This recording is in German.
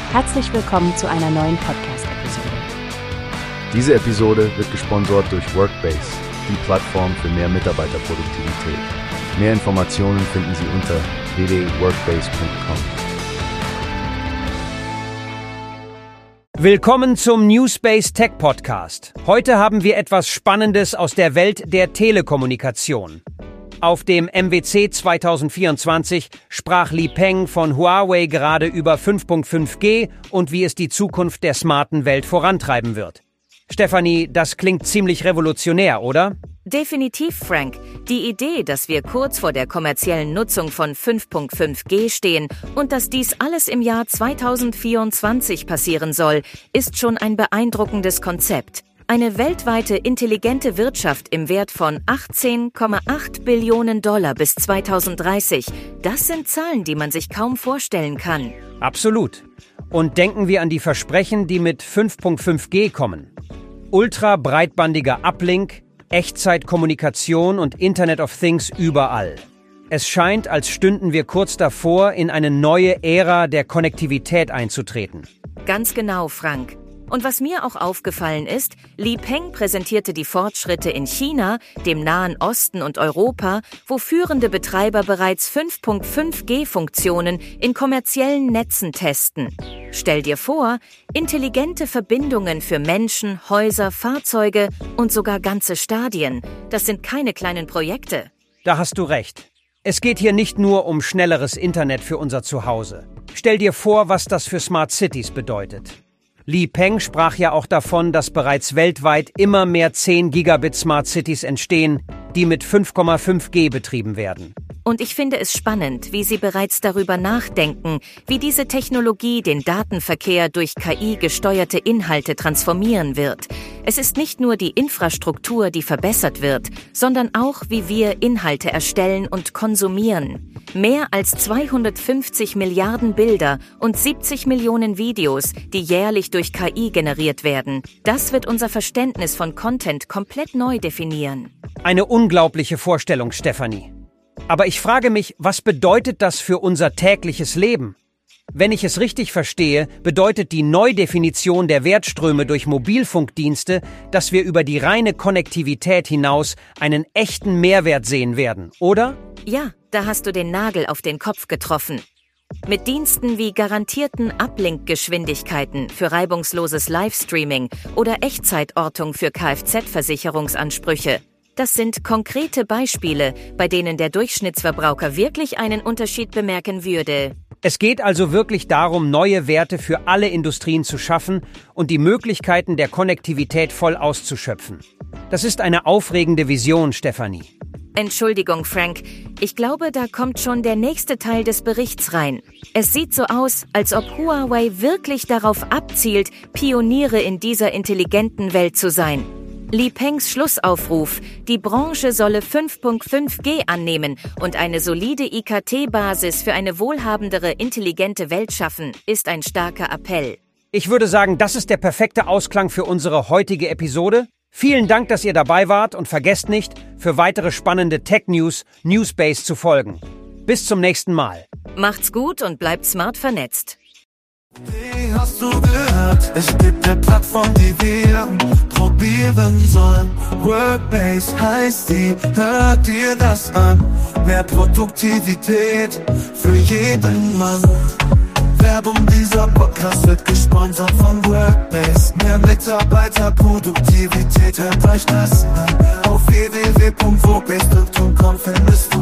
Herzlich willkommen zu einer neuen Podcast-Episode. Diese Episode wird gesponsert durch Workbase, die Plattform für mehr Mitarbeiterproduktivität. Mehr Informationen finden Sie unter www.workbase.com. Willkommen zum Newspace Tech Podcast. Heute haben wir etwas Spannendes aus der Welt der Telekommunikation. Auf dem MWC 2024 sprach Li Peng von Huawei gerade über 5.5G und wie es die Zukunft der smarten Welt vorantreiben wird. Stefanie, das klingt ziemlich revolutionär, oder? Definitiv, Frank. Die Idee, dass wir kurz vor der kommerziellen Nutzung von 5.5G stehen und dass dies alles im Jahr 2024 passieren soll, ist schon ein beeindruckendes Konzept. Eine weltweite intelligente Wirtschaft im Wert von 18,8 Billionen Dollar bis 2030. Das sind Zahlen, die man sich kaum vorstellen kann. Absolut. Und denken wir an die Versprechen, die mit 5.5G kommen. Ultra-breitbandiger Uplink, Echtzeitkommunikation und Internet of Things überall. Es scheint, als stünden wir kurz davor, in eine neue Ära der Konnektivität einzutreten. Ganz genau, Frank. Und was mir auch aufgefallen ist, Li Peng präsentierte die Fortschritte in China, dem Nahen Osten und Europa, wo führende Betreiber bereits 5.5G-Funktionen in kommerziellen Netzen testen. Stell dir vor, intelligente Verbindungen für Menschen, Häuser, Fahrzeuge und sogar ganze Stadien. Das sind keine kleinen Projekte. Da hast du recht. Es geht hier nicht nur um schnelleres Internet für unser Zuhause. Stell dir vor, was das für Smart Cities bedeutet. Li Peng sprach ja auch davon, dass bereits weltweit immer mehr 10 Gigabit Smart Cities entstehen, die mit 5,5G betrieben werden. Und ich finde es spannend, wie Sie bereits darüber nachdenken, wie diese Technologie den Datenverkehr durch KI-gesteuerte Inhalte transformieren wird. Es ist nicht nur die Infrastruktur, die verbessert wird, sondern auch, wie wir Inhalte erstellen und konsumieren. Mehr als 250 Milliarden Bilder und 70 Millionen Videos, die jährlich durch KI generiert werden. Das wird unser Verständnis von Content komplett neu definieren. Eine unglaubliche Vorstellung, Stefanie. Aber ich frage mich, was bedeutet das für unser tägliches Leben? Wenn ich es richtig verstehe, bedeutet die Neudefinition der Wertströme durch Mobilfunkdienste, dass wir über die reine Konnektivität hinaus einen echten Mehrwert sehen werden, oder? Ja, da hast du den Nagel auf den Kopf getroffen. Mit Diensten wie garantierten Uplink-Geschwindigkeiten für reibungsloses Livestreaming oder Echtzeitortung für Kfz-Versicherungsansprüche. Das sind konkrete Beispiele, bei denen der Durchschnittsverbraucher wirklich einen Unterschied bemerken würde. Es geht also wirklich darum, neue Werte für alle Industrien zu schaffen und die Möglichkeiten der Konnektivität voll auszuschöpfen. Das ist eine aufregende Vision, Stefanie. Entschuldigung, Frank. Ich glaube, da kommt schon der nächste Teil des Berichts rein. Es sieht so aus, als ob Huawei wirklich darauf abzielt, Pioniere in dieser intelligenten Welt zu sein. Li Pengs Schlussaufruf, die Branche solle 5.5G annehmen und eine solide IKT-Basis für eine wohlhabendere, intelligente Welt schaffen, ist ein starker Appell. Ich würde sagen, das ist der perfekte Ausklang für unsere heutige Episode. Vielen Dank, dass ihr dabei wart und vergesst nicht, für weitere spannende Tech-News Newspace zu folgen. Bis zum nächsten Mal. Macht's gut und bleibt smart vernetzt. Wie hast du gehört? Es gibt eine Plattform, die wir probieren sollen. Workbase heißt die, hört dir das an. Mehr Produktivität für jeden Mann. Werbung, dieser Podcast wird gesponsert von Workbase. Mehr Mitarbeiterproduktivität, hört euch das an. Auf www.workbase.com findest du